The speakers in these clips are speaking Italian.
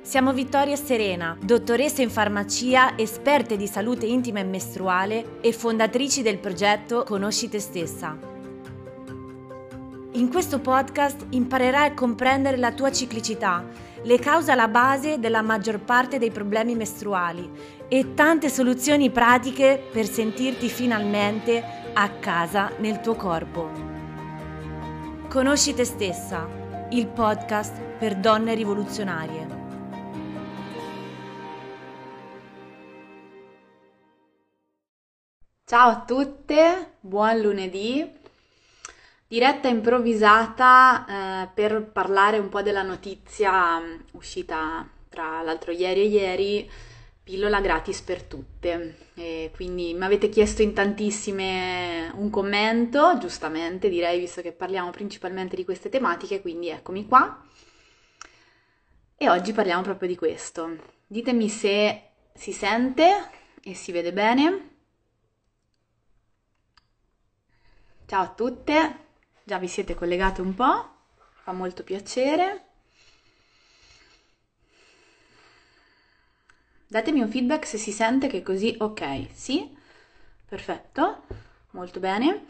Siamo Vittoria e Serena, dottoresse in farmacia, esperte di salute intima e mestruale e fondatrici del progetto Conosci te stessa. In questo podcast imparerai a comprendere la tua ciclicità, le cause alla base della maggior parte dei problemi mestruali e tante soluzioni pratiche per sentirti finalmente a casa nel tuo corpo. Conosci te stessa, il podcast per donne rivoluzionarie. Ciao a tutte, buon lunedì, diretta improvvisata per parlare un po' della notizia uscita tra l'altro ieri e ieri, pillola gratis per tutte. E quindi mi avete chiesto in tantissime un commento, giustamente direi, visto che parliamo principalmente di queste tematiche, quindi eccomi qua. E oggi parliamo proprio di questo. Ditemi se si sente e si vede bene. Ciao a tutte, già vi siete collegate un po', fa molto piacere. Datemi un feedback se si sente, che così, ok, sì, perfetto, molto bene.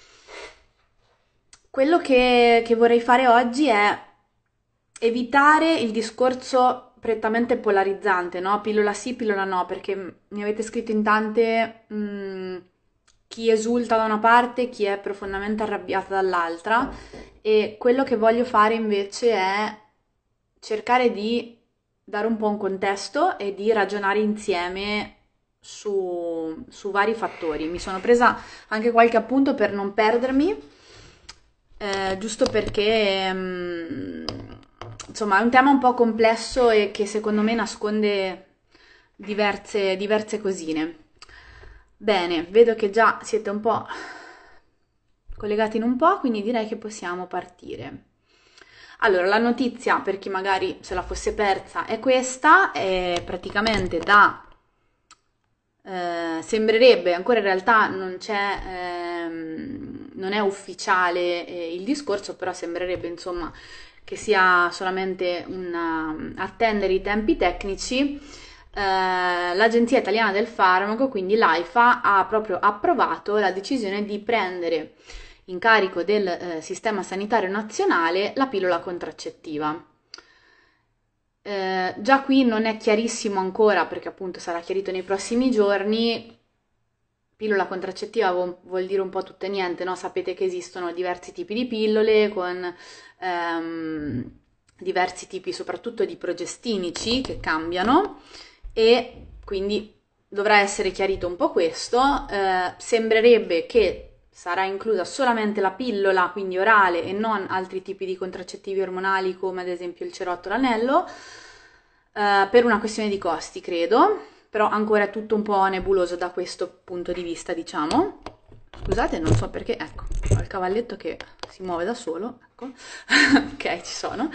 Quello che vorrei fare oggi è evitare il discorso prettamente polarizzante, no? Pillola sì, pillola no, perché mi avete scritto in tante... chi esulta da una parte, chi è profondamente arrabbiata dall'altra, e quello che voglio fare invece è cercare di dare un po' un contesto e di ragionare insieme su vari fattori. Mi sono presa anche qualche appunto per non perdermi, giusto perché insomma è un tema un po' complesso e che secondo me nasconde diverse cosine. Bene, vedo che già siete un po' collegati in un po', quindi direi che possiamo partire. Allora, la notizia, per chi magari se la fosse persa, è questa, è praticamente sembrerebbe, ancora in realtà non è ufficiale il discorso, però sembrerebbe insomma che sia solamente attendere i tempi tecnici. L'Agenzia Italiana del Farmaco, quindi l'AIFA, ha proprio approvato la decisione di prendere in carico del Sistema Sanitario Nazionale la pillola contraccettiva. Già qui non è chiarissimo ancora, perché appunto sarà chiarito nei prossimi giorni. Pillola contraccettiva vuol dire un po' tutto e niente, no? Sapete che esistono diversi tipi di pillole con diversi tipi soprattutto di progestinici che cambiano, e quindi dovrà essere chiarito un po' questo. Sembrerebbe che sarà inclusa solamente la pillola, quindi orale, e non altri tipi di contraccettivi ormonali come ad esempio il cerotto o l'anello, per una questione di costi, credo, però ancora è tutto un po' nebuloso da questo punto di vista, diciamo. Scusate, non so perché, ecco, ho il cavalletto che si muove da solo, ecco. Ok, ci sono.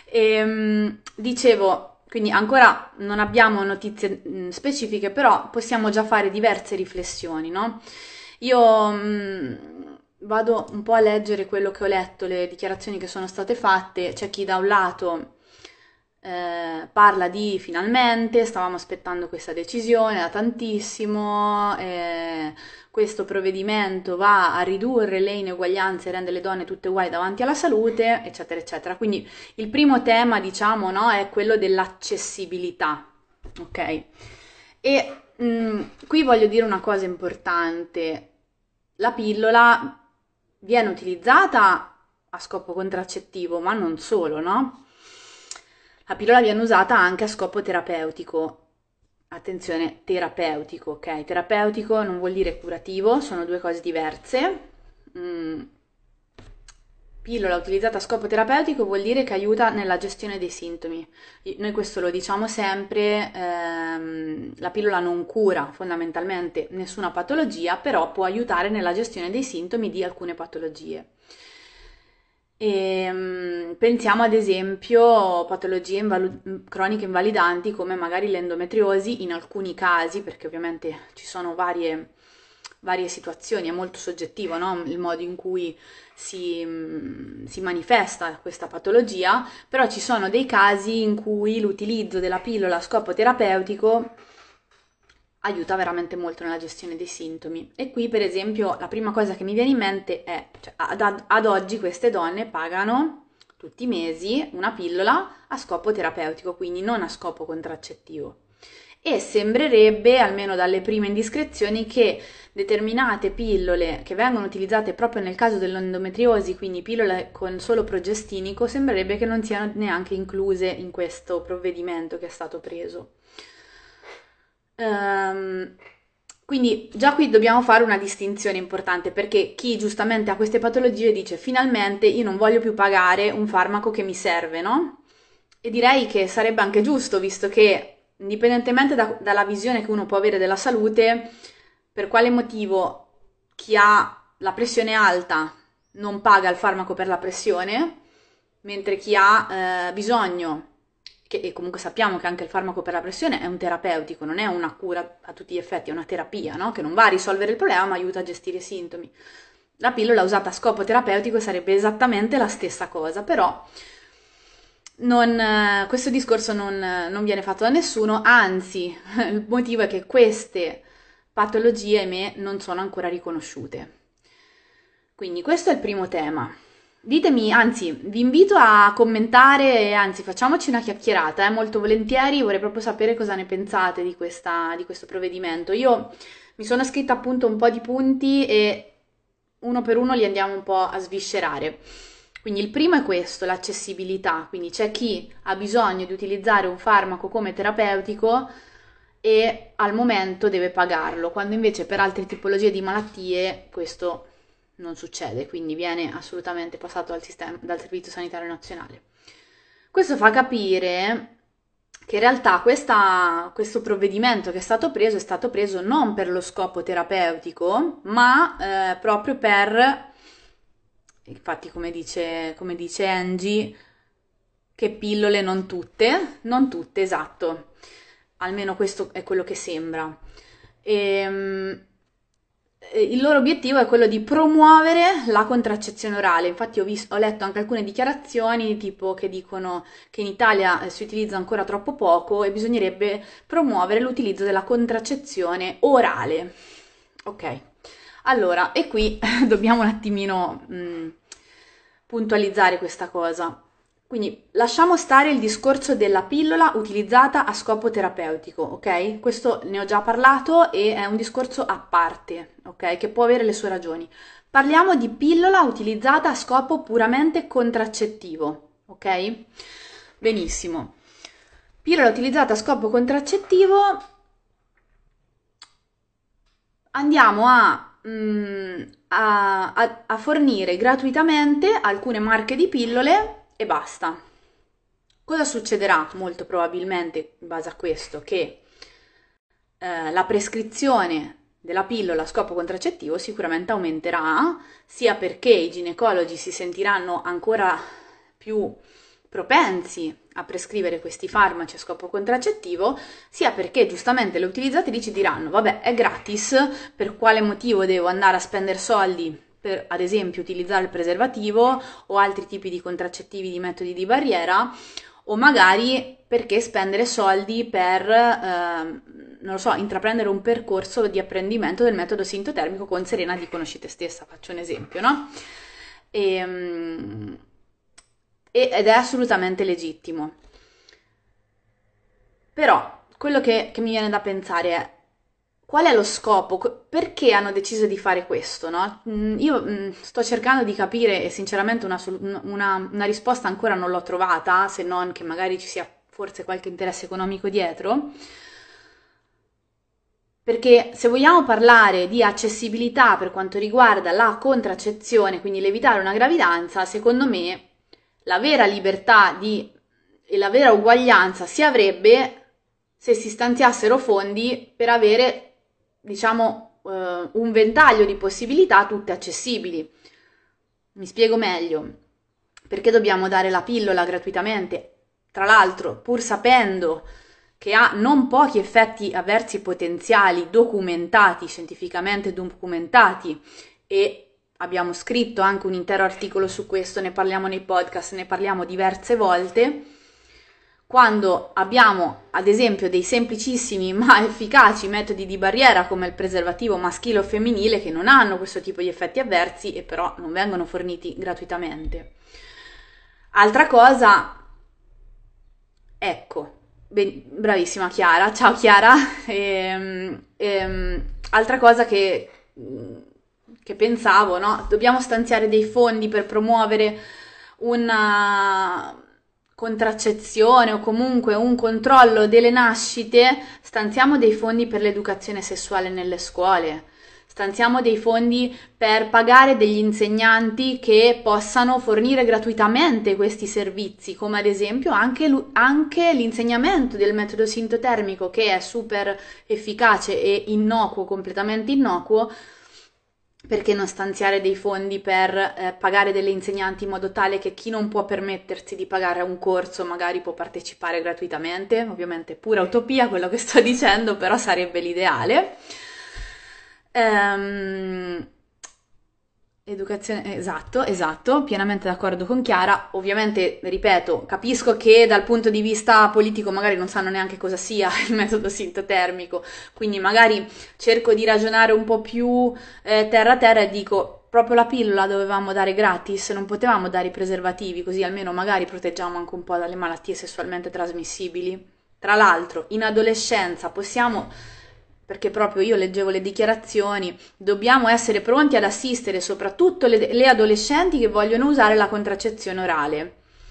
Dicevo, quindi ancora non abbiamo notizie specifiche, però possiamo già fare diverse riflessioni, no? Io vado un po' a leggere quello che ho letto, le dichiarazioni che sono state fatte. C'è chi da un lato parla di finalmente, stavamo aspettando questa decisione da tantissimo, questo provvedimento va a ridurre le ineguaglianze e rende le donne tutte uguali davanti alla salute, eccetera, eccetera. Quindi il primo tema, diciamo, no, è quello dell'accessibilità, ok? E qui voglio dire una cosa importante. La pillola viene utilizzata a scopo contraccettivo, ma non solo, no? La pillola viene usata anche a scopo terapeutico. Attenzione, terapeutico, ok? Terapeutico non vuol dire curativo, sono due cose diverse. Pillola utilizzata a scopo terapeutico vuol dire che aiuta nella gestione dei sintomi. Noi questo lo diciamo sempre, la pillola non cura fondamentalmente nessuna patologia, però può aiutare nella gestione dei sintomi di alcune patologie. Pensiamo ad esempio a patologie croniche invalidanti come magari l'endometriosi in alcuni casi, perché ovviamente ci sono varie varie situazioni, è molto soggettivo, no? Il modo in cui si manifesta questa patologia, però ci sono dei casi in cui l'utilizzo della pillola a scopo terapeutico aiuta veramente molto nella gestione dei sintomi. E qui, per esempio, la prima cosa che mi viene in mente è, cioè, ad oggi queste donne pagano tutti i mesi una pillola a scopo terapeutico, quindi non a scopo contraccettivo. E sembrerebbe, almeno dalle prime indiscrezioni, che determinate pillole che vengono utilizzate proprio nel caso dell'endometriosi, quindi pillole con solo progestinico, sembrerebbe che non siano neanche incluse in questo provvedimento che è stato preso. Quindi già qui dobbiamo fare una distinzione importante, perché chi giustamente ha queste patologie dice finalmente io non voglio più pagare un farmaco che mi serve, no? E direi che sarebbe anche giusto, visto che indipendentemente dalla visione che uno può avere della salute, per quale motivo chi ha la pressione alta non paga il farmaco per la pressione, mentre chi ha bisogno, e comunque sappiamo che anche il farmaco per la pressione è un terapeutico, non è una cura a tutti gli effetti, è una terapia, no? Che non va a risolvere il problema ma aiuta a gestire i sintomi. La pillola usata a scopo terapeutico sarebbe esattamente la stessa cosa, però questo discorso non viene fatto da nessuno, anzi il motivo è che queste patologie, ahimè, non sono ancora riconosciute. Quindi questo è il primo tema. Ditemi, anzi, vi invito a commentare, anzi facciamoci una chiacchierata, molto volentieri, vorrei proprio sapere cosa ne pensate di questo provvedimento. Io mi sono scritta appunto un po' di punti e uno per uno li andiamo un po' a sviscerare. Quindi il primo è questo, l'accessibilità, quindi c'è chi ha bisogno di utilizzare un farmaco come terapeutico e al momento deve pagarlo, quando invece per altre tipologie di malattie questo non succede, quindi viene assolutamente passato dal Servizio Sanitario Nazionale. Questo fa capire che in realtà questo provvedimento che è stato preso non per lo scopo terapeutico, ma proprio per, infatti come dice Angie, che pillole non tutte, esatto, almeno questo è quello che sembra. Il loro obiettivo è quello di promuovere la contraccezione orale. Infatti ho letto anche alcune dichiarazioni tipo che dicono che in Italia si utilizza ancora troppo poco e bisognerebbe promuovere l'utilizzo della contraccezione orale. Ok, allora, e qui dobbiamo un attimino puntualizzare questa cosa. Quindi lasciamo stare il discorso della pillola utilizzata a scopo terapeutico, ok? Questo ne ho già parlato e è un discorso a parte, ok? Che può avere le sue ragioni. Parliamo di pillola utilizzata a scopo puramente contraccettivo, ok? Benissimo. Pillola utilizzata a scopo contraccettivo, andiamo a fornire gratuitamente alcune marche di pillole e basta. Cosa succederà? Molto probabilmente, in base a questo, che la prescrizione della pillola a scopo contraccettivo sicuramente aumenterà, sia perché i ginecologi si sentiranno ancora più propensi a prescrivere questi farmaci a scopo contraccettivo, sia perché giustamente le utilizzatrici diranno vabbè, è gratis, per quale motivo devo andare a spendere soldi per ad esempio utilizzare il preservativo o altri tipi di contraccettivi, di metodi di barriera, o magari perché spendere soldi per, non lo so, intraprendere un percorso di apprendimento del metodo sintotermico con Serena di Conosci te stessa, faccio un esempio, no? Ed è assolutamente legittimo. Però quello che mi viene da pensare è qual è lo scopo? Perché hanno deciso di fare questo, no? Io sto cercando di capire e sinceramente una risposta ancora non l'ho trovata, se non che magari ci sia forse qualche interesse economico dietro. Perché se vogliamo parlare di accessibilità per quanto riguarda la contraccezione, quindi l'evitare una gravidanza, secondo me la vera libertà e la vera uguaglianza si avrebbe se si stanziassero fondi per avere, diciamo, un ventaglio di possibilità tutte accessibili. Mi spiego meglio. Perché dobbiamo dare la pillola gratuitamente? Tra l'altro, pur sapendo che ha non pochi effetti avversi potenziali documentati, scientificamente documentati, e abbiamo scritto anche un intero articolo su questo, ne parliamo nei podcast, ne parliamo diverse volte. Quando abbiamo ad esempio dei semplicissimi ma efficaci metodi di barriera come il preservativo maschile o femminile che non hanno questo tipo di effetti avversi e però non vengono forniti gratuitamente. Altra cosa, ecco, bravissima Chiara, ciao Chiara, altra cosa che pensavo, no? Dobbiamo stanziare dei fondi per promuovere una contraccezione o comunque un controllo delle nascite, stanziamo dei fondi per l'educazione sessuale nelle scuole, stanziamo dei fondi per pagare degli insegnanti che possano fornire gratuitamente questi servizi, come ad esempio anche l'insegnamento del metodo sintotermico, che è super efficace e innocuo, completamente innocuo. Perché non stanziare dei fondi per pagare delle insegnanti in modo tale che chi non può permettersi di pagare un corso magari può partecipare gratuitamente? Ovviamente è pura utopia quello che sto dicendo, però sarebbe l'ideale. Educazione, esatto, pienamente d'accordo con Chiara. Ovviamente, ripeto, capisco che dal punto di vista politico magari non sanno neanche cosa sia il metodo sintotermico, quindi magari cerco di ragionare un po' più terra a terra e dico proprio la pillola dovevamo dare gratis, non potevamo dare i preservativi, così almeno magari proteggiamo anche un po' dalle malattie sessualmente trasmissibili. Tra l'altro, in adolescenza possiamo, perché proprio io leggevo le dichiarazioni, dobbiamo essere pronti ad assistere soprattutto le adolescenti che vogliono usare la contraccezione orale.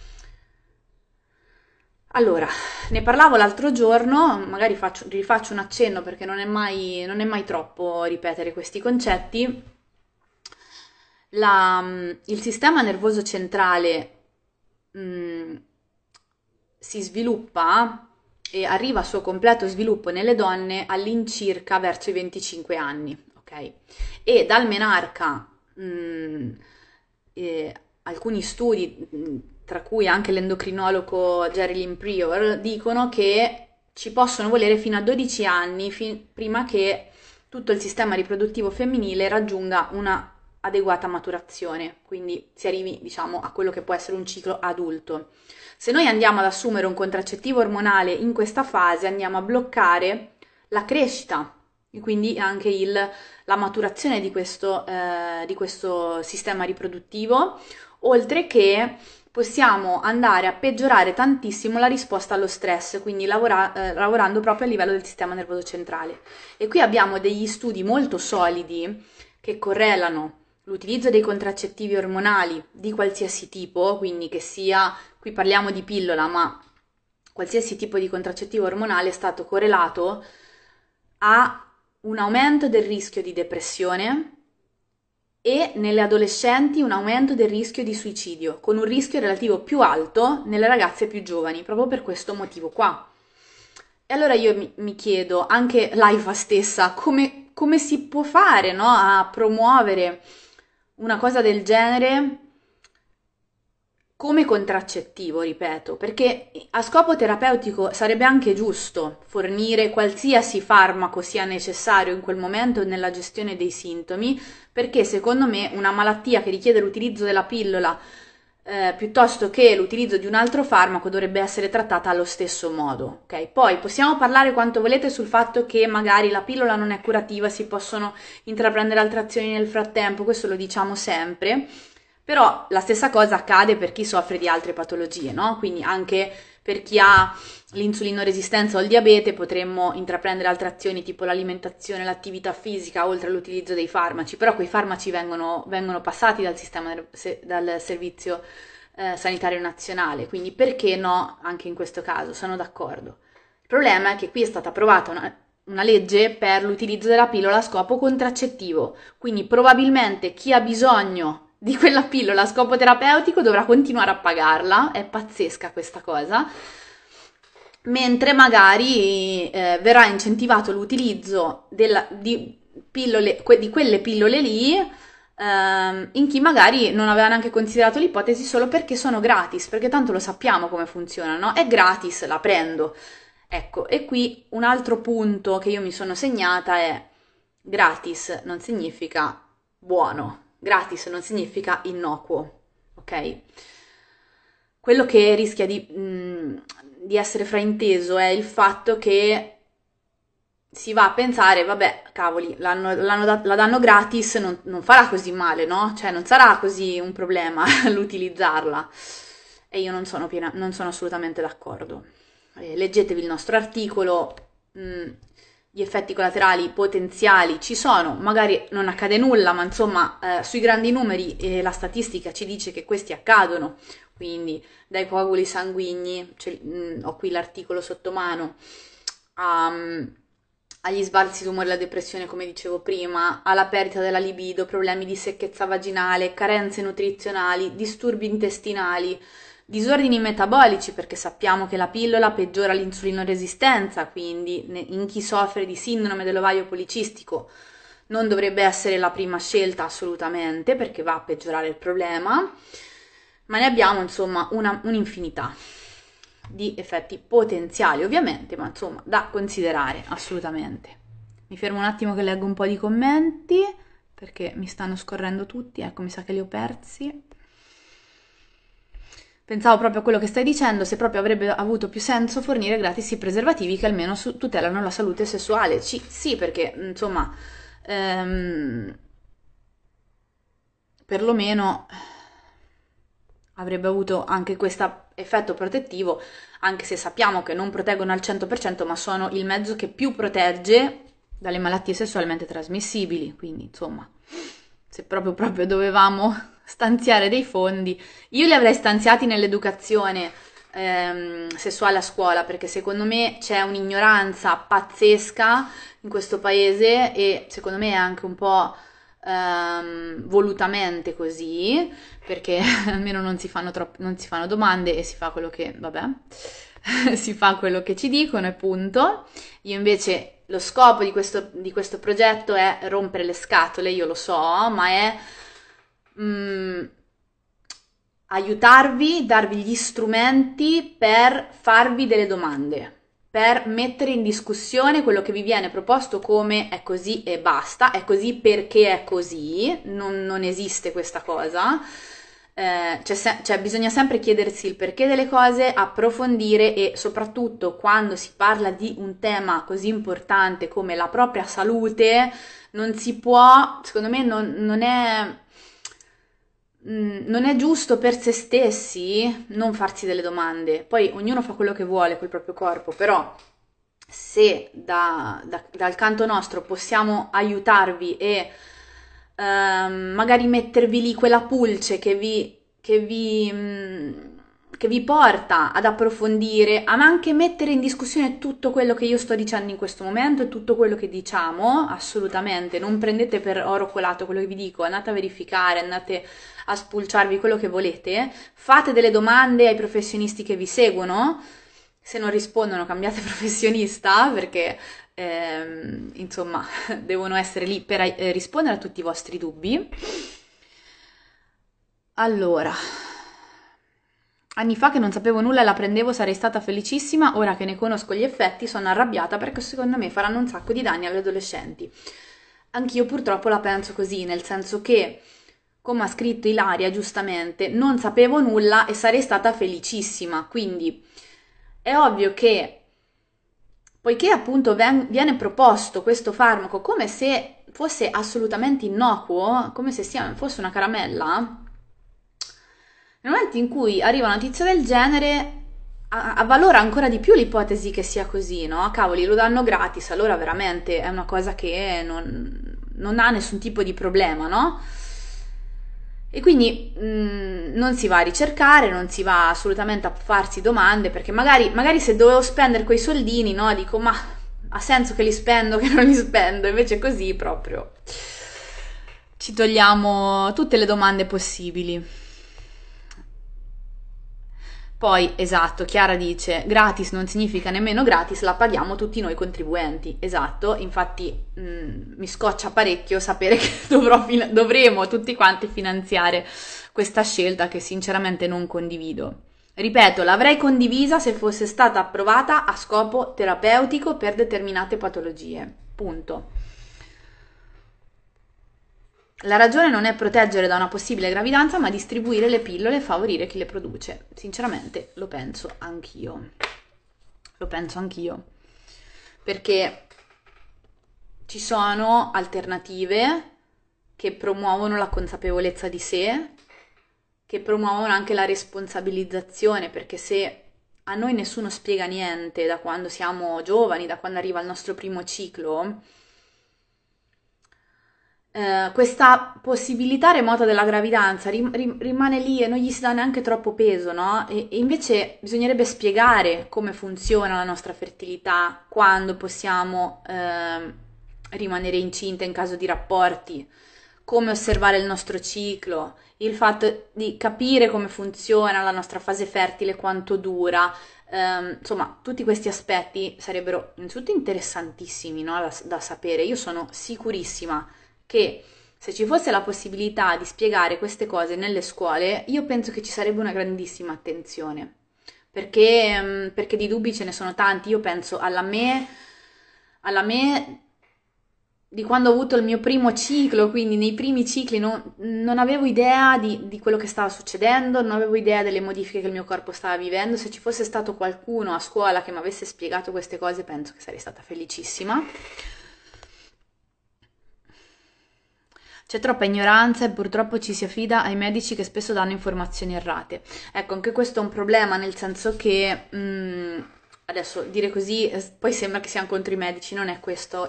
Allora, ne parlavo l'altro giorno, magari rifaccio un accenno perché non è mai troppo ripetere questi concetti. Il sistema nervoso centrale si sviluppa e arriva al suo completo sviluppo nelle donne all'incirca verso i 25 anni, ok? E dal menarca alcuni studi, tra cui anche l'endocrinologo Geraldine Prior, dicono che ci possono volere fino a 12 anni prima che tutto il sistema riproduttivo femminile raggiunga una adeguata maturazione, quindi si arrivi, diciamo, a quello che può essere un ciclo adulto. Se noi andiamo ad assumere un contraccettivo ormonale in questa fase, andiamo a bloccare la crescita e quindi anche la maturazione di questo sistema riproduttivo, oltre che possiamo andare a peggiorare tantissimo la risposta allo stress, quindi lavorando proprio a livello del sistema nervoso centrale. E qui abbiamo degli studi molto solidi che correlano l'utilizzo dei contraccettivi ormonali di qualsiasi tipo, quindi che sia, qui parliamo di pillola, ma qualsiasi tipo di contraccettivo ormonale è stato correlato a un aumento del rischio di depressione e nelle adolescenti un aumento del rischio di suicidio, con un rischio relativo più alto nelle ragazze più giovani, proprio per questo motivo qua. E allora io mi chiedo, anche l'AIFA stessa, come si può fare, no, a promuovere una cosa del genere come contraccettivo, ripeto, perché a scopo terapeutico sarebbe anche giusto fornire qualsiasi farmaco sia necessario in quel momento nella gestione dei sintomi, perché secondo me una malattia che richiede l'utilizzo della pillola piuttosto che l'utilizzo di un altro farmaco dovrebbe essere trattata allo stesso modo, ok? Poi possiamo parlare quanto volete sul fatto che magari la pillola non è curativa, si possono intraprendere altre azioni nel frattempo, questo lo diciamo sempre, però la stessa cosa accade per chi soffre di altre patologie, no? Quindi anche per chi ha l'insulinoresistenza o il diabete potremmo intraprendere altre azioni tipo l'alimentazione, l'attività fisica, oltre all'utilizzo dei farmaci, però quei farmaci vengono passati dal servizio sanitario nazionale, quindi perché no anche in questo caso? Sono d'accordo. Il problema è che qui è stata approvata una legge per l'utilizzo della pillola a scopo contraccettivo, quindi probabilmente chi ha bisogno di quella pillola a scopo terapeutico dovrà continuare a pagarla, è pazzesca questa cosa, mentre magari verrà incentivato l'utilizzo di quelle pillole lì in chi magari non aveva neanche considerato l'ipotesi solo perché sono gratis, perché tanto lo sappiamo come funziona, no? È gratis, la prendo. Ecco, e qui un altro punto che io mi sono segnata è: gratis non significa buono, gratis non significa innocuo, ok? Quello che rischia di essere frainteso è il fatto che si va a pensare, vabbè, cavoli, la danno gratis, non farà così male, no? Cioè non sarà così un problema l'utilizzarla. E io non sono assolutamente d'accordo. Leggetevi il nostro articolo, gli effetti collaterali potenziali ci sono, magari non accade nulla, ma insomma sui grandi numeri la statistica ci dice che questi accadono, quindi dai coaguli sanguigni, ho qui l'articolo sotto mano, agli sbalzi tumori, alla depressione, come dicevo prima, alla perdita della libido, problemi di secchezza vaginale, carenze nutrizionali, disturbi intestinali, disordini metabolici, perché sappiamo che la pillola peggiora l'insulinoresistenza, quindi in chi soffre di sindrome dell'ovaio policistico non dovrebbe essere la prima scelta assolutamente, perché va a peggiorare il problema, ma ne abbiamo insomma un'infinità di effetti potenziali ovviamente, ma insomma da considerare assolutamente. Mi fermo un attimo che leggo un po' di commenti, perché mi stanno scorrendo tutti, ecco, mi sa che li ho persi. Pensavo proprio a quello che stai dicendo, se proprio avrebbe avuto più senso fornire gratis i preservativi che almeno tutelano la salute sessuale. Sì, perché insomma, perlomeno avrebbe avuto anche questo effetto protettivo, anche se sappiamo che non proteggono al 100%, ma sono il mezzo che più protegge dalle malattie sessualmente trasmissibili. Quindi insomma, se proprio dovevamo stanziare dei fondi, io li avrei stanziati nell'educazione sessuale a scuola, perché secondo me c'è un'ignoranza pazzesca in questo paese, e secondo me è anche un po' volutamente così, perché almeno non si fanno domande e si fa quello che, vabbè, si fa quello che ci dicono e punto. Io invece lo scopo di questo progetto è rompere le scatole, io lo so, ma è aiutarvi, darvi gli strumenti per farvi delle domande, per mettere in discussione quello che vi viene proposto come è così e basta, è così perché è così, non esiste questa cosa. Bisogna sempre chiedersi il perché delle cose, approfondire, e soprattutto quando si parla di un tema così importante come la propria salute, non si può, secondo me non è giusto per se stessi non farsi delle domande. Poi ognuno fa quello che vuole col proprio corpo, però se dal canto nostro possiamo aiutarvi e magari mettervi lì quella pulce che vi porta ad approfondire, ma anche mettere in discussione tutto quello che io sto dicendo in questo momento e tutto quello che diciamo, assolutamente, non prendete per oro colato quello che vi dico, andate a verificare, andate a spulciarvi quello che volete, fate delle domande ai professionisti che vi seguono, se non rispondono cambiate professionista, perché insomma devono essere lì per rispondere a tutti i vostri dubbi. Allora, anni fa che non sapevo nulla e la prendevo, sarei stata felicissima, ora che ne conosco gli effetti sono arrabbiata perché secondo me faranno un sacco di danni agli adolescenti. Anch'io purtroppo la penso così, nel senso che, come ha scritto Ilaria giustamente, non sapevo nulla e sarei stata felicissima, quindi è ovvio che, poiché appunto viene proposto questo farmaco come se fosse assolutamente innocuo, come se fosse una caramella, nel momento in cui arriva una notizia del genere avvalora ancora di più l'ipotesi che sia così, no? Cavoli, lo danno gratis, allora veramente è una cosa che non ha nessun tipo di problema, no? E quindi non si va a ricercare, non si va assolutamente a farsi domande, perché magari se dovevo spendere quei soldini, no, dico, ma ha senso che li spendo, che non li spendo, invece così proprio ci togliamo tutte le domande possibili. Poi, esatto, Chiara dice, gratis non significa nemmeno gratis, la paghiamo tutti noi contribuenti. Esatto, infatti mi scoccia parecchio sapere che dovremo tutti quanti finanziare questa scelta che sinceramente non condivido. Ripeto, l'avrei condivisa se fosse stata approvata a scopo terapeutico per determinate patologie. Punto. La ragione non è proteggere da una possibile gravidanza, ma distribuire le pillole e favorire chi le produce. Sinceramente lo penso anch'io. Lo penso anch'io. Perché ci sono alternative che promuovono la consapevolezza di sé, che promuovono anche la responsabilizzazione, perché se a noi nessuno spiega niente da quando siamo giovani, da quando arriva il nostro primo ciclo, questa possibilità remota della gravidanza rimane lì e non gli si dà neanche troppo peso, no? E invece bisognerebbe spiegare come funziona la nostra fertilità, quando possiamo rimanere incinta in caso di rapporti, come osservare il nostro ciclo, il fatto di capire come funziona la nostra fase fertile, quanto dura. Insomma, tutti questi aspetti sarebbero innanzitutto interessantissimi, no? da sapere. Io sono sicurissima che se ci fosse la possibilità di spiegare queste cose nelle scuole, io penso che ci sarebbe una grandissima attenzione, perché di dubbi ce ne sono tanti. Io penso alla me di quando ho avuto il mio primo ciclo, quindi nei primi cicli non avevo idea di quello che stava succedendo, non avevo idea delle modifiche che il mio corpo stava vivendo. Se ci fosse stato qualcuno a scuola che mi avesse spiegato queste cose, penso che sarei stata felicissima. C'è troppa ignoranza e purtroppo ci si affida ai medici che spesso danno informazioni errate. Ecco, anche questo è un problema, nel senso che adesso dire così poi sembra che siamo contro i medici, non è questo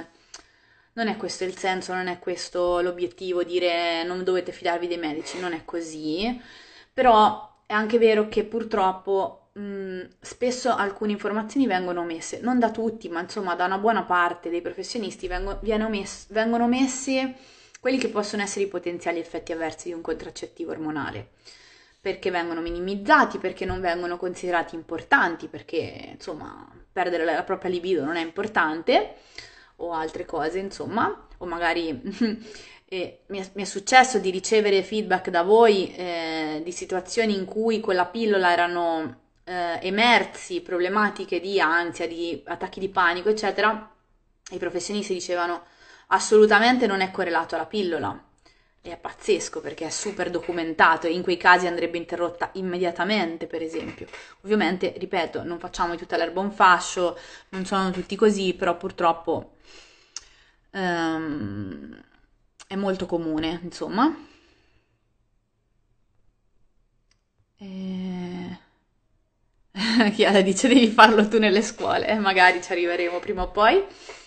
il senso, non è questo l'obiettivo, dire non dovete fidarvi dei medici, non è così. Però è anche vero che purtroppo spesso alcune informazioni vengono omesse, non da tutti, ma insomma da una buona parte dei professionisti vengono omessi quelli che possono essere i potenziali effetti avversi di un contraccettivo ormonale, perché vengono minimizzati, perché non vengono considerati importanti, perché insomma perdere la propria libido non è importante, o altre cose, insomma, o magari mi è successo di ricevere feedback da voi di situazioni in cui con la pillola erano emersi problematiche di ansia, di attacchi di panico, eccetera. I professionisti dicevano assolutamente non è correlato alla pillola. E è pazzesco perché è super documentato e in quei casi andrebbe interrotta immediatamente, per esempio. Ovviamente, ripeto, non facciamo di tutta l'erba un fascio, non sono tutti così, però purtroppo è molto comune, insomma. Chiara dice devi farlo tu nelle scuole, magari ci arriveremo prima o poi.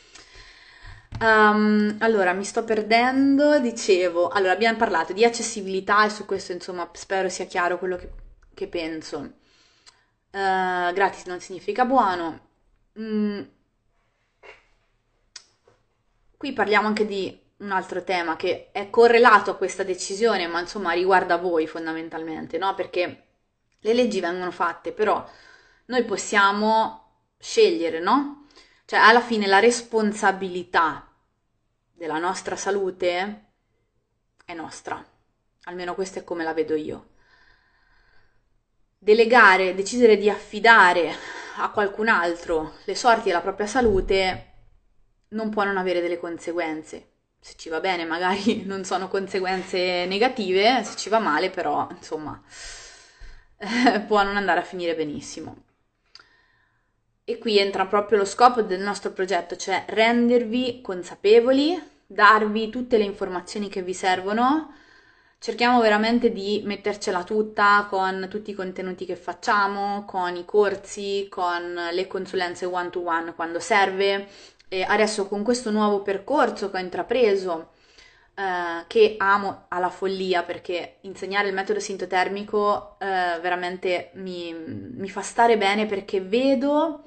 Allora, mi sto perdendo, dicevo, allora abbiamo parlato di accessibilità e su questo insomma spero sia chiaro quello che penso. Gratis non significa buono. Qui parliamo anche di un altro tema che è correlato a questa decisione, ma insomma riguarda voi fondamentalmente, no? Perché le leggi vengono fatte, però noi possiamo scegliere, no? Cioè alla fine la responsabilità della nostra salute è nostra, almeno questa è come la vedo io. Delegare, decidere di affidare a qualcun altro le sorti della propria salute non può non avere delle conseguenze. Se ci va bene magari non sono conseguenze negative, se ci va male però insomma può non andare a finire benissimo. E qui entra proprio lo scopo del nostro progetto, cioè rendervi consapevoli, darvi tutte le informazioni che vi servono. Cerchiamo veramente di mettercela tutta con tutti i contenuti che facciamo, con i corsi, con le consulenze one-to-one quando serve. E adesso con questo nuovo percorso che ho intrapreso, che amo alla follia perché insegnare il metodo sintotermico veramente mi fa stare bene perché vedo...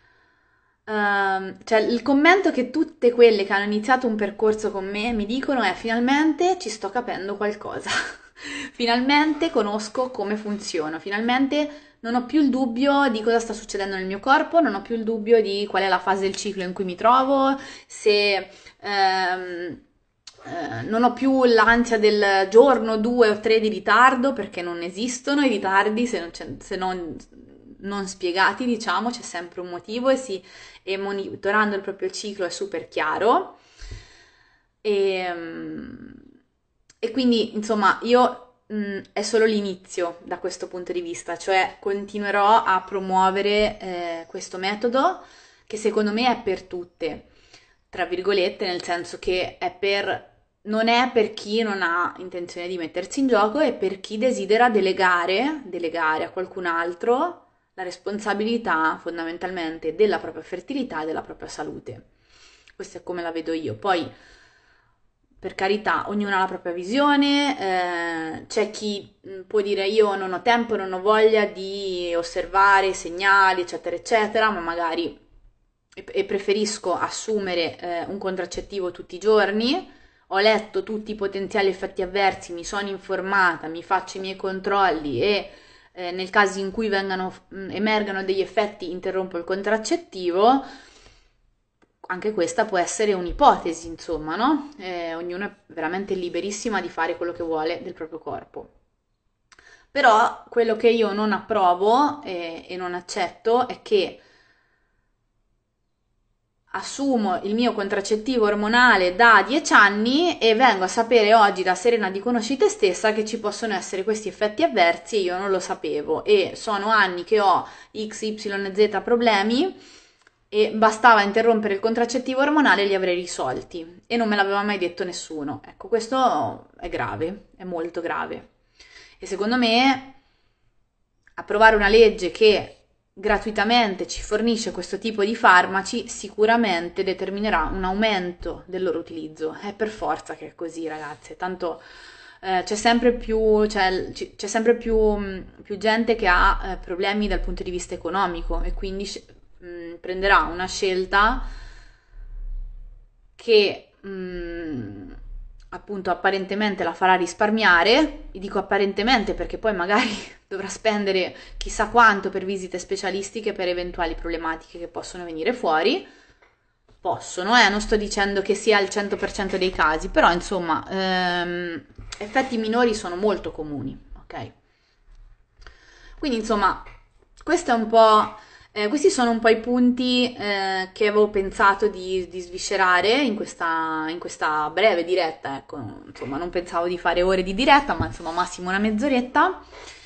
cioè il commento che tutte quelle che hanno iniziato un percorso con me mi dicono è finalmente ci sto capendo qualcosa, finalmente conosco come funziona, finalmente non ho più il dubbio di cosa sta succedendo nel mio corpo, non ho più il dubbio di qual è la fase del ciclo in cui mi trovo, se Non ho più l'ansia del giorno, 2 o 3 di ritardo, perché non esistono i ritardi se non spiegati, diciamo, c'è sempre un motivo e monitorando il proprio ciclo è super chiaro. E, e quindi, insomma, io è solo l'inizio da questo punto di vista, cioè continuerò a promuovere questo metodo che secondo me è per tutte, tra virgolette, nel senso che non è per chi non ha intenzione di mettersi in gioco, è per chi desidera delegare a qualcun altro la responsabilità fondamentalmente della propria fertilità e della propria salute. Questa è come la vedo io. Poi, per carità, ognuno ha la propria visione, c'è chi può dire io non ho tempo, non ho voglia di osservare i segnali, eccetera, eccetera, ma magari e preferisco assumere un contraccettivo tutti i giorni. Ho letto tutti i potenziali effetti avversi, mi sono informata, mi faccio i miei controlli e nel caso in cui emergano degli effetti interrompo il contraccettivo. Anche questa può essere un'ipotesi, insomma, no? Ognuno è veramente liberissima di fare quello che vuole del proprio corpo. Però quello che io non approvo e non accetto è che assumo il mio contraccettivo ormonale da 10 anni e vengo a sapere oggi da Serena di Conosci te stessa che ci possono essere questi effetti avversi e io non lo sapevo, e sono anni che ho XYZ problemi e bastava interrompere il contraccettivo ormonale e li avrei risolti e non me l'aveva mai detto nessuno. Ecco, questo è grave, è molto grave. E secondo me approvare una legge che gratuitamente ci fornisce questo tipo di farmaci sicuramente determinerà un aumento del loro utilizzo. È per forza che è così, ragazze. Tanto c'è sempre più gente che ha problemi dal punto di vista economico e quindi prenderà una scelta che appunto apparentemente la farà risparmiare, e dico apparentemente perché poi magari dovrà spendere chissà quanto per visite specialistiche per eventuali problematiche che possono venire fuori. Non sto dicendo che sia il 100% dei casi, però insomma effetti minori sono molto comuni, ok? Quindi insomma questo è un po'... questi sono un po' i punti che avevo pensato di sviscerare in questa breve diretta, ecco, insomma non pensavo di fare ore di diretta, ma insomma massimo una mezz'oretta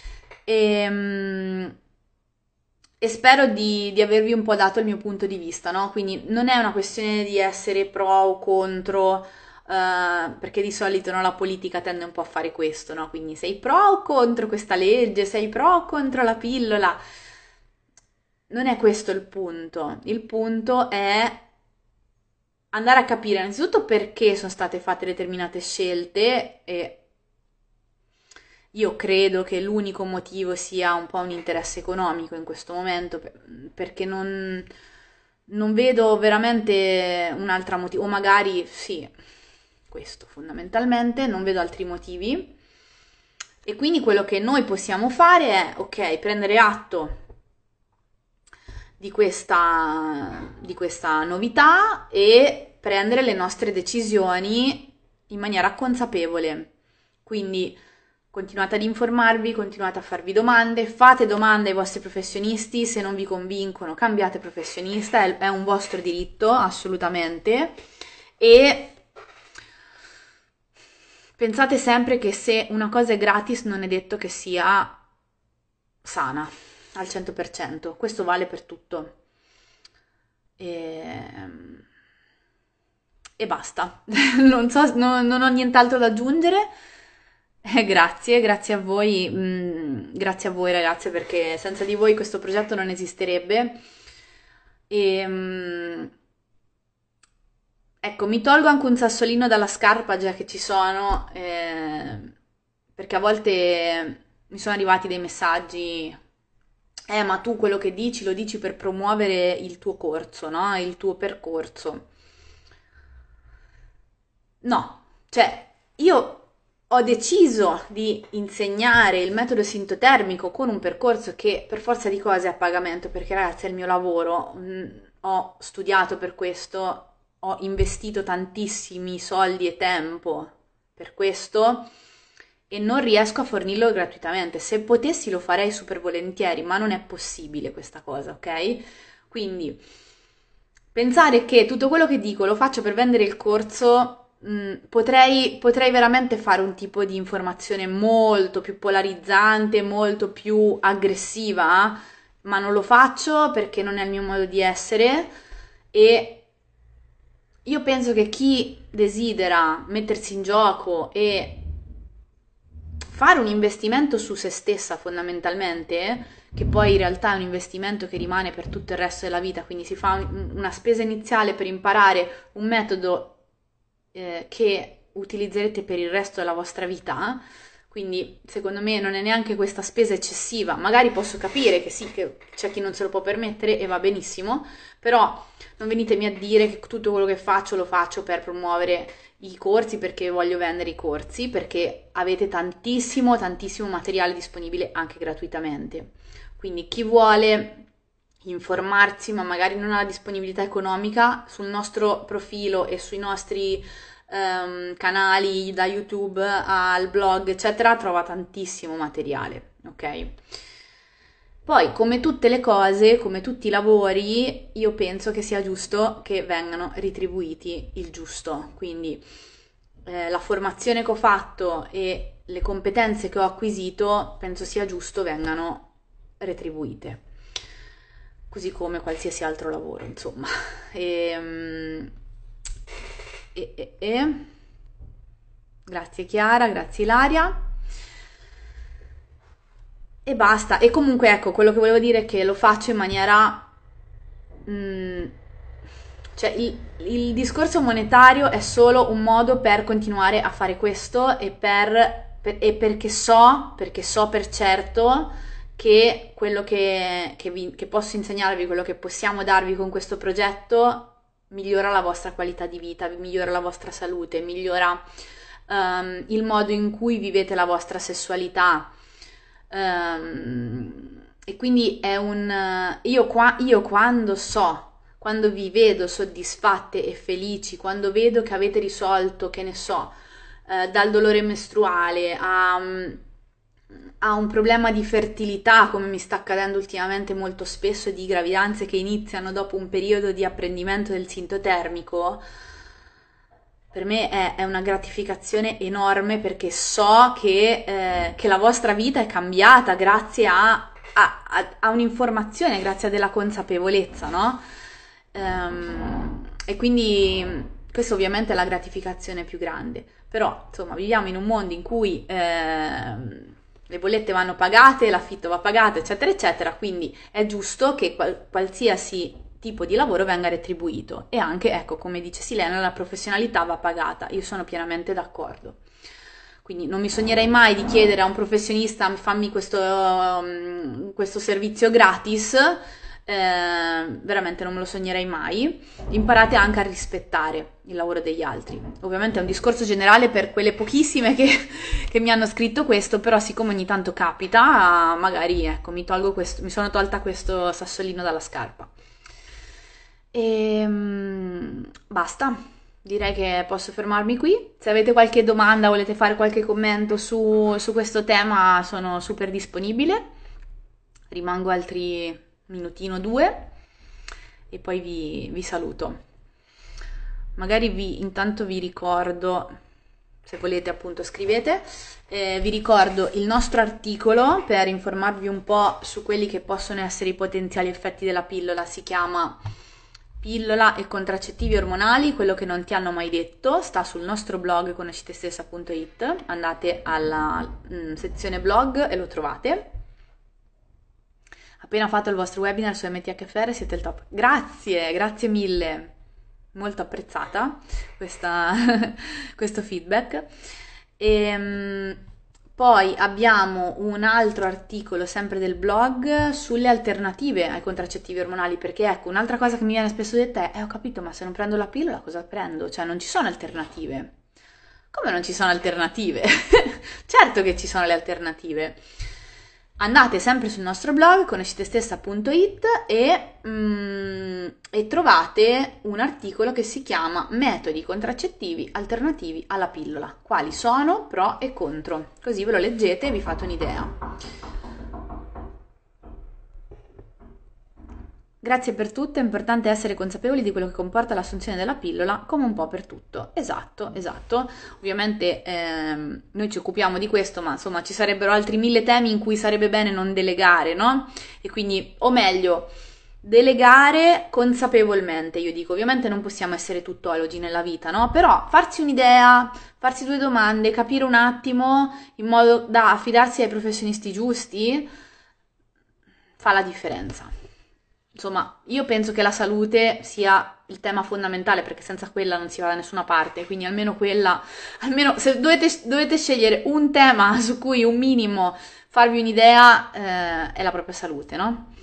e spero di avervi un po' dato il mio punto di vista, no? Quindi non è una questione di essere pro o contro, perché di solito no, la politica tende un po' a fare questo, no? Quindi sei pro o contro questa legge, sei pro o contro la pillola. Non è questo il punto è andare a capire innanzitutto perché sono state fatte determinate scelte, e io credo che l'unico motivo sia un po' un interesse economico in questo momento, perché non vedo veramente un altro motivo, o magari sì, questo fondamentalmente, non vedo altri motivi, e quindi quello che noi possiamo fare è, ok, prendere atto di questa novità e prendere le nostre decisioni in maniera consapevole. Quindi continuate ad informarvi, continuate a farvi domande, fate domande ai vostri professionisti, se non vi convincono cambiate professionista, è un vostro diritto assolutamente, e pensate sempre che se una cosa è gratis non è detto che sia sana al 100%, questo vale per tutto. E basta, non so, non ho nient'altro da aggiungere. Grazie a grazie a voi ragazze, perché senza di voi questo progetto non esisterebbe. Ecco, mi tolgo anche un sassolino dalla scarpa già che ci sono, perché a volte mi sono arrivati dei messaggi, ma tu quello che dici lo dici per promuovere il tuo corso, no? Il tuo percorso. No, cioè io ho deciso di insegnare il metodo sintotermico con un percorso che per forza di cose è a pagamento, perché ragazzi è il mio lavoro, ho studiato per questo, ho investito tantissimi soldi e tempo per questo e non riesco a fornirlo gratuitamente. Se potessi lo farei super volentieri, ma non è possibile questa cosa, ok? Quindi pensare che tutto quello che dico lo faccio per vendere il corso, potrei veramente fare un tipo di informazione molto più polarizzante, molto più aggressiva, ma non lo faccio perché non è il mio modo di essere e io penso che chi desidera mettersi in gioco e fare un investimento su se stessa fondamentalmente, che poi in realtà è un investimento che rimane per tutto il resto della vita, quindi si fa una spesa iniziale per imparare un metodo che utilizzerete per il resto della vostra vita, quindi secondo me non è neanche questa spesa eccessiva. Magari posso capire che sì, che c'è chi non se lo può permettere e va benissimo, però non venitemi a dire che tutto quello che faccio lo faccio per promuovere i corsi, perché voglio vendere i corsi, perché avete tantissimo materiale disponibile anche gratuitamente. Quindi chi vuole informarsi ma magari non ha la disponibilità economica, sul nostro profilo e sui nostri canali da YouTube al blog eccetera trova tantissimo materiale, ok? Poi come tutte le cose, come tutti i lavori, io penso che sia giusto che vengano retribuiti il giusto, quindi la formazione che ho fatto e le competenze che ho acquisito penso sia giusto vengano retribuite, così come qualsiasi altro lavoro, insomma. Grazie Chiara, grazie Ilaria. E basta. E comunque ecco, quello che volevo dire è che lo faccio in maniera... cioè il discorso monetario è solo un modo per continuare a fare questo e perché so per certo che quello che posso insegnarvi, quello che possiamo darvi con questo progetto migliora la vostra qualità di vita, migliora la vostra salute, migliora il modo in cui vivete la vostra sessualità. E quindi è io quando vi vedo soddisfatte e felici, quando vedo che avete risolto, che ne so, dal dolore mestruale a un problema di fertilità, come mi sta accadendo ultimamente molto spesso, di gravidanze che iniziano dopo un periodo di apprendimento del sintotermico, per me è una gratificazione enorme, perché so che la vostra vita è cambiata grazie a un'informazione, grazie a della consapevolezza, no? E quindi questa ovviamente è la gratificazione più grande, però insomma viviamo in un mondo in cui le bollette vanno pagate, l'affitto va pagato, eccetera, eccetera, quindi è giusto che qualsiasi tipo di lavoro venga retribuito e anche, ecco, come dice Silena, la professionalità va pagata. Io sono pienamente d'accordo. Quindi non mi sognerei mai di chiedere a un professionista fammi questo servizio gratis, veramente non me lo sognerei mai. Imparate anche a rispettare il lavoro degli altri. Ovviamente è un discorso generale per quelle pochissime che mi hanno scritto questo, però siccome ogni tanto capita, magari ecco, mi sono tolta questo sassolino dalla scarpa. E basta, direi che posso fermarmi qui. Se avete qualche domanda, volete fare qualche commento su questo tema, sono super disponibile. Rimango altri minutino 2 e poi vi saluto. Magari intanto vi ricordo, se volete appunto scrivete, vi ricordo il nostro articolo per informarvi un po' su quelli che possono essere i potenziali effetti della pillola. Si chiama Pillola e contraccettivi ormonali, quello che non ti hanno mai detto. Sta sul nostro blog conoscitestessa.it, andate alla sezione blog e lo trovate. Appena fatto il vostro webinar su MTHFR siete il top. Grazie mille, molto apprezzata questo feedback. Poi abbiamo un altro articolo sempre del blog sulle alternative ai contraccettivi ormonali, perché ecco, un'altra cosa che mi viene spesso detta è ho capito, ma se non prendo la pillola cosa prendo? Cioè non ci sono alternative. Come non ci sono alternative? Certo che ci sono le alternative. andate sempre sul nostro blog conoscitestessa.it e trovate un articolo che si chiama Metodi contraccettivi alternativi alla pillola. Quali sono, pro e contro. Così ve lo leggete e vi fate un'idea. Grazie per tutto, è importante essere consapevoli di quello che comporta l'assunzione della pillola, come un po' per tutto. Esatto. Ovviamente noi ci occupiamo di questo, ma insomma ci sarebbero altri 1000 temi in cui sarebbe bene non delegare, no? E quindi, o meglio, delegare consapevolmente, io dico. Ovviamente non possiamo essere tuttologi nella vita, no? Però farsi un'idea, farsi 2 domande, capire un attimo in modo da affidarsi ai professionisti giusti, fa la differenza. Insomma, io penso che la salute sia il tema fondamentale, perché senza quella non si va da nessuna parte, quindi almeno se dovete scegliere un tema su cui un minimo farvi un'idea, è la propria salute, no?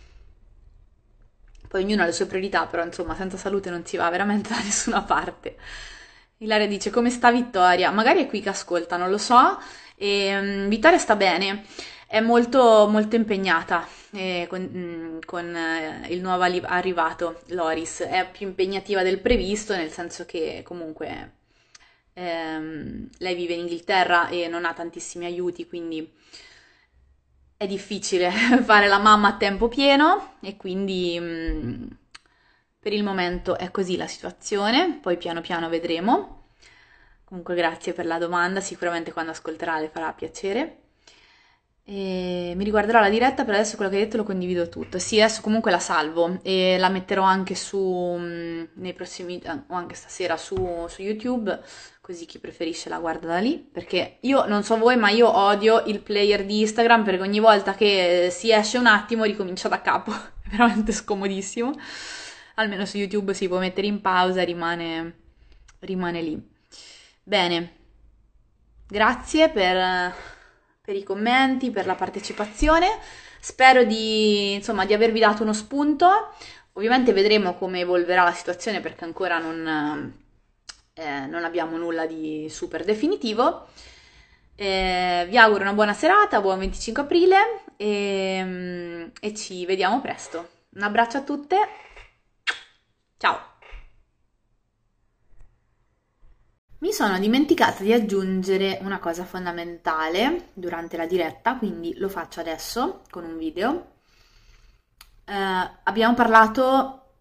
Poi ognuno ha le sue priorità, però insomma senza salute non si va veramente da nessuna parte. Ilaria dice: come sta Vittoria? Magari è qui che ascolta, non lo so. Vittoria sta bene, è molto, molto impegnata con il nuovo arrivato Loris. È più impegnativa del previsto, nel senso che comunque lei vive in Inghilterra e non ha tantissimi aiuti, quindi è difficile fare la mamma a tempo pieno e quindi per il momento è così la situazione, poi piano piano vedremo. Comunque grazie per la domanda, sicuramente quando ascolterà le farà piacere. E mi riguarderò la diretta, per adesso quello che hai detto lo condivido tutto. Sì, adesso comunque la salvo e la metterò anche nei prossimi, o anche stasera su YouTube, così chi preferisce la guarda da lì, perché io non so voi, ma io odio il player di Instagram, perché ogni volta che si esce un attimo ricomincia da capo, è veramente scomodissimo. Almeno su YouTube si può mettere in pausa e rimane lì. Bene, grazie per i commenti, per la partecipazione. Spero di avervi dato uno spunto. Ovviamente vedremo come evolverà la situazione, perché ancora non abbiamo nulla di super definitivo. Vi auguro una buona serata, buon 25 aprile e ci vediamo presto. Un abbraccio a tutte, ciao! Mi sono dimenticata di aggiungere una cosa fondamentale durante la diretta, quindi lo faccio adesso con un video. Abbiamo parlato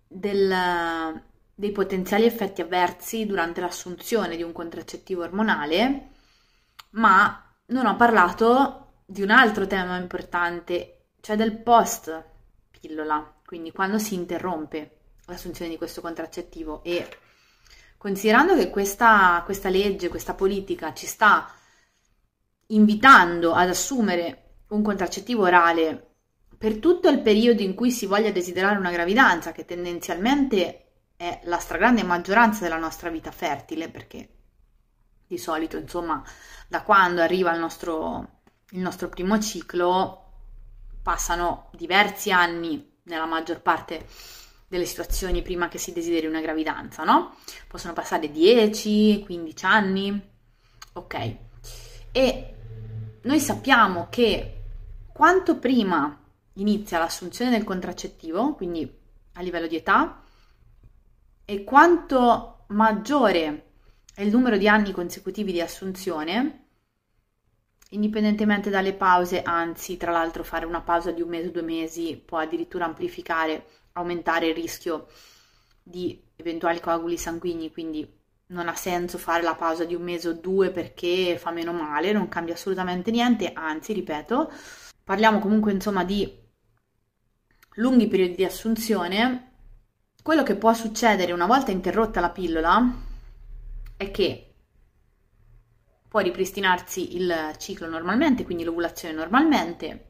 dei potenziali effetti avversi durante l'assunzione di un contraccettivo ormonale, ma non ho parlato di un altro tema importante, cioè del post pillola, quindi quando si interrompe l'assunzione di questo contraccettivo. E considerando che questa legge, questa politica ci sta invitando ad assumere un contraccettivo orale per tutto il periodo in cui si voglia desiderare una gravidanza, che tendenzialmente è la stragrande maggioranza della nostra vita fertile, perché di solito, insomma, da quando arriva il nostro primo ciclo passano diversi anni nella maggior parte delle situazioni prima che si desideri una gravidanza, no? Possono passare 10, 15 anni, ok. E noi sappiamo che quanto prima inizia l'assunzione del contraccettivo, quindi a livello di età, e quanto maggiore è il numero di anni consecutivi di assunzione, indipendentemente dalle pause, anzi, tra l'altro fare una pausa di 1 mese o 2 mesi può addirittura aumentare il rischio di eventuali coaguli sanguigni, quindi non ha senso fare la pausa di 1 mese o 2 perché fa meno male, non cambia assolutamente niente, anzi, ripeto, parliamo comunque insomma di lunghi periodi di assunzione. Quello che può succedere una volta interrotta la pillola è che può ripristinarsi il ciclo normalmente, quindi l'ovulazione normalmente,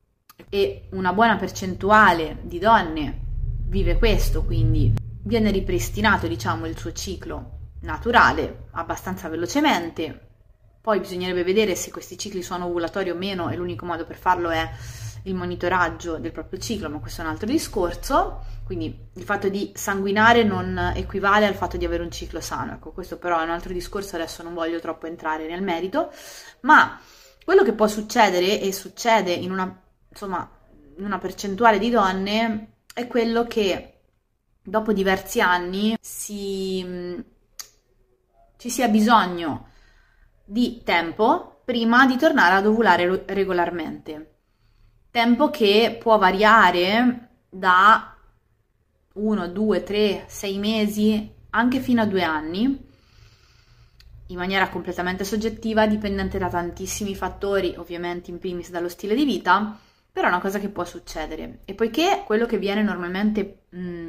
e una buona percentuale di donne vive questo, quindi viene ripristinato, diciamo, il suo ciclo naturale abbastanza velocemente. Poi bisognerebbe vedere se questi cicli sono ovulatori o meno, e l'unico modo per farlo è il monitoraggio del proprio ciclo, ma questo è un altro discorso. Quindi il fatto di sanguinare non equivale al fatto di avere un ciclo sano, ecco, questo però è un altro discorso, adesso non voglio troppo entrare nel merito, ma Quello che può succedere, e succede in una percentuale di donne, è quello che dopo diversi anni ci sia bisogno di tempo prima di tornare ad ovulare regolarmente. Tempo che può variare da 1, 2, 3, 6 mesi, anche fino a 2 anni, in maniera completamente soggettiva, dipendente da tantissimi fattori, ovviamente in primis dallo stile di vita, però è una cosa che può succedere. E poiché quello che viene normalmente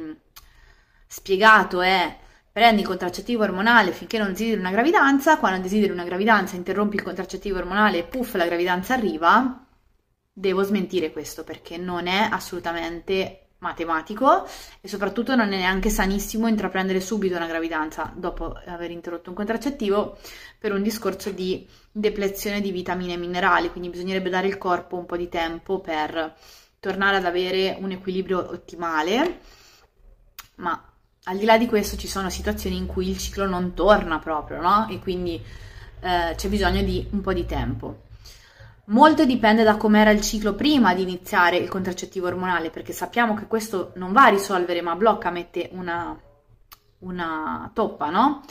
spiegato è: prendi il contraccettivo ormonale finché non desideri una gravidanza, quando desideri una gravidanza interrompi il contraccettivo ormonale e puff, la gravidanza arriva, devo smentire questo, perché non è assolutamente matematico e soprattutto non è neanche sanissimo intraprendere subito una gravidanza dopo aver interrotto un contraccettivo, per un discorso di deplezione di vitamine e minerali, quindi bisognerebbe dare al corpo un po' di tempo per tornare ad avere un equilibrio ottimale. Ma al di là di questo ci sono situazioni in cui il ciclo non torna proprio, no? E quindi c'è bisogno di un po' di tempo. Molto dipende da com'era il ciclo prima di iniziare il contraccettivo ormonale, perché sappiamo che questo non va a risolvere, ma blocca, mette una toppa, no?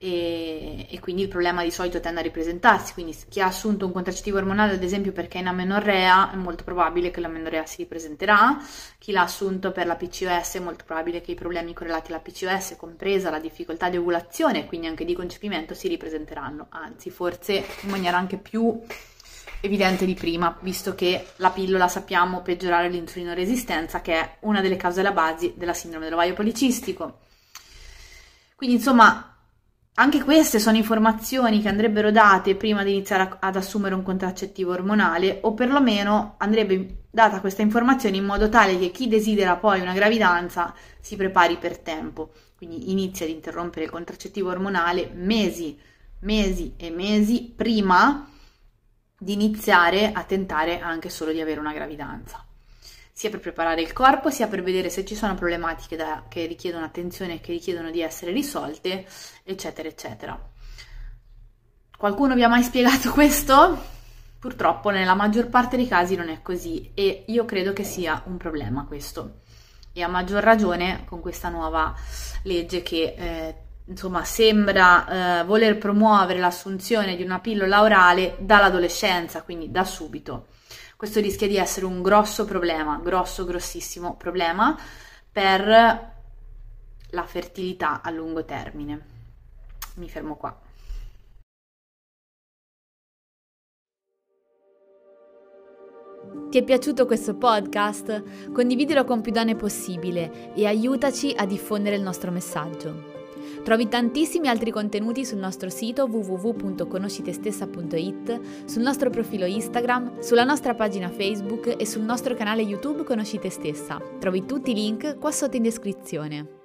E quindi il problema di solito tende a ripresentarsi. Quindi chi ha assunto un contraccettivo ormonale, ad esempio perché è in amenorrea, è molto probabile che l'amenorrea si ripresenterà. Chi l'ha assunto per la PCOS è molto probabile che i problemi correlati alla PCOS, compresa la difficoltà di ovulazione, quindi anche di concepimento, si ripresenteranno, anzi forse in maniera anche più evidente di prima, visto che la pillola sappiamo peggiorare l'insulinoresistenza, che è una delle cause alla base della sindrome dell'ovaio policistico. Quindi insomma, anche queste sono informazioni che andrebbero date prima di iniziare ad assumere un contraccettivo ormonale, o perlomeno andrebbe data questa informazione in modo tale che chi desidera poi una gravidanza si prepari per tempo, quindi inizia ad interrompere il contraccettivo ormonale mesi e mesi prima di iniziare a tentare anche solo di avere una gravidanza, sia per preparare il corpo, sia per vedere se ci sono problematiche che richiedono attenzione, che richiedono di essere risolte, eccetera, eccetera. Qualcuno vi ha mai spiegato questo? Purtroppo nella maggior parte dei casi non è così, e io credo che sia un problema questo, e a maggior ragione con questa nuova legge che insomma sembra voler promuovere l'assunzione di una pillola orale dall'adolescenza, quindi da subito. Questo rischia di essere un grosso problema, grossissimo problema per la fertilità a lungo termine. Mi fermo qua. Ti è piaciuto questo podcast? Condividilo con più donne possibile e aiutaci a diffondere il nostro messaggio. Trovi tantissimi altri contenuti sul nostro sito www.conoscitestessa.it, sul nostro profilo Instagram, sulla nostra pagina Facebook e sul nostro canale YouTube Conosci Te Stessa. Trovi tutti i link qua sotto in descrizione.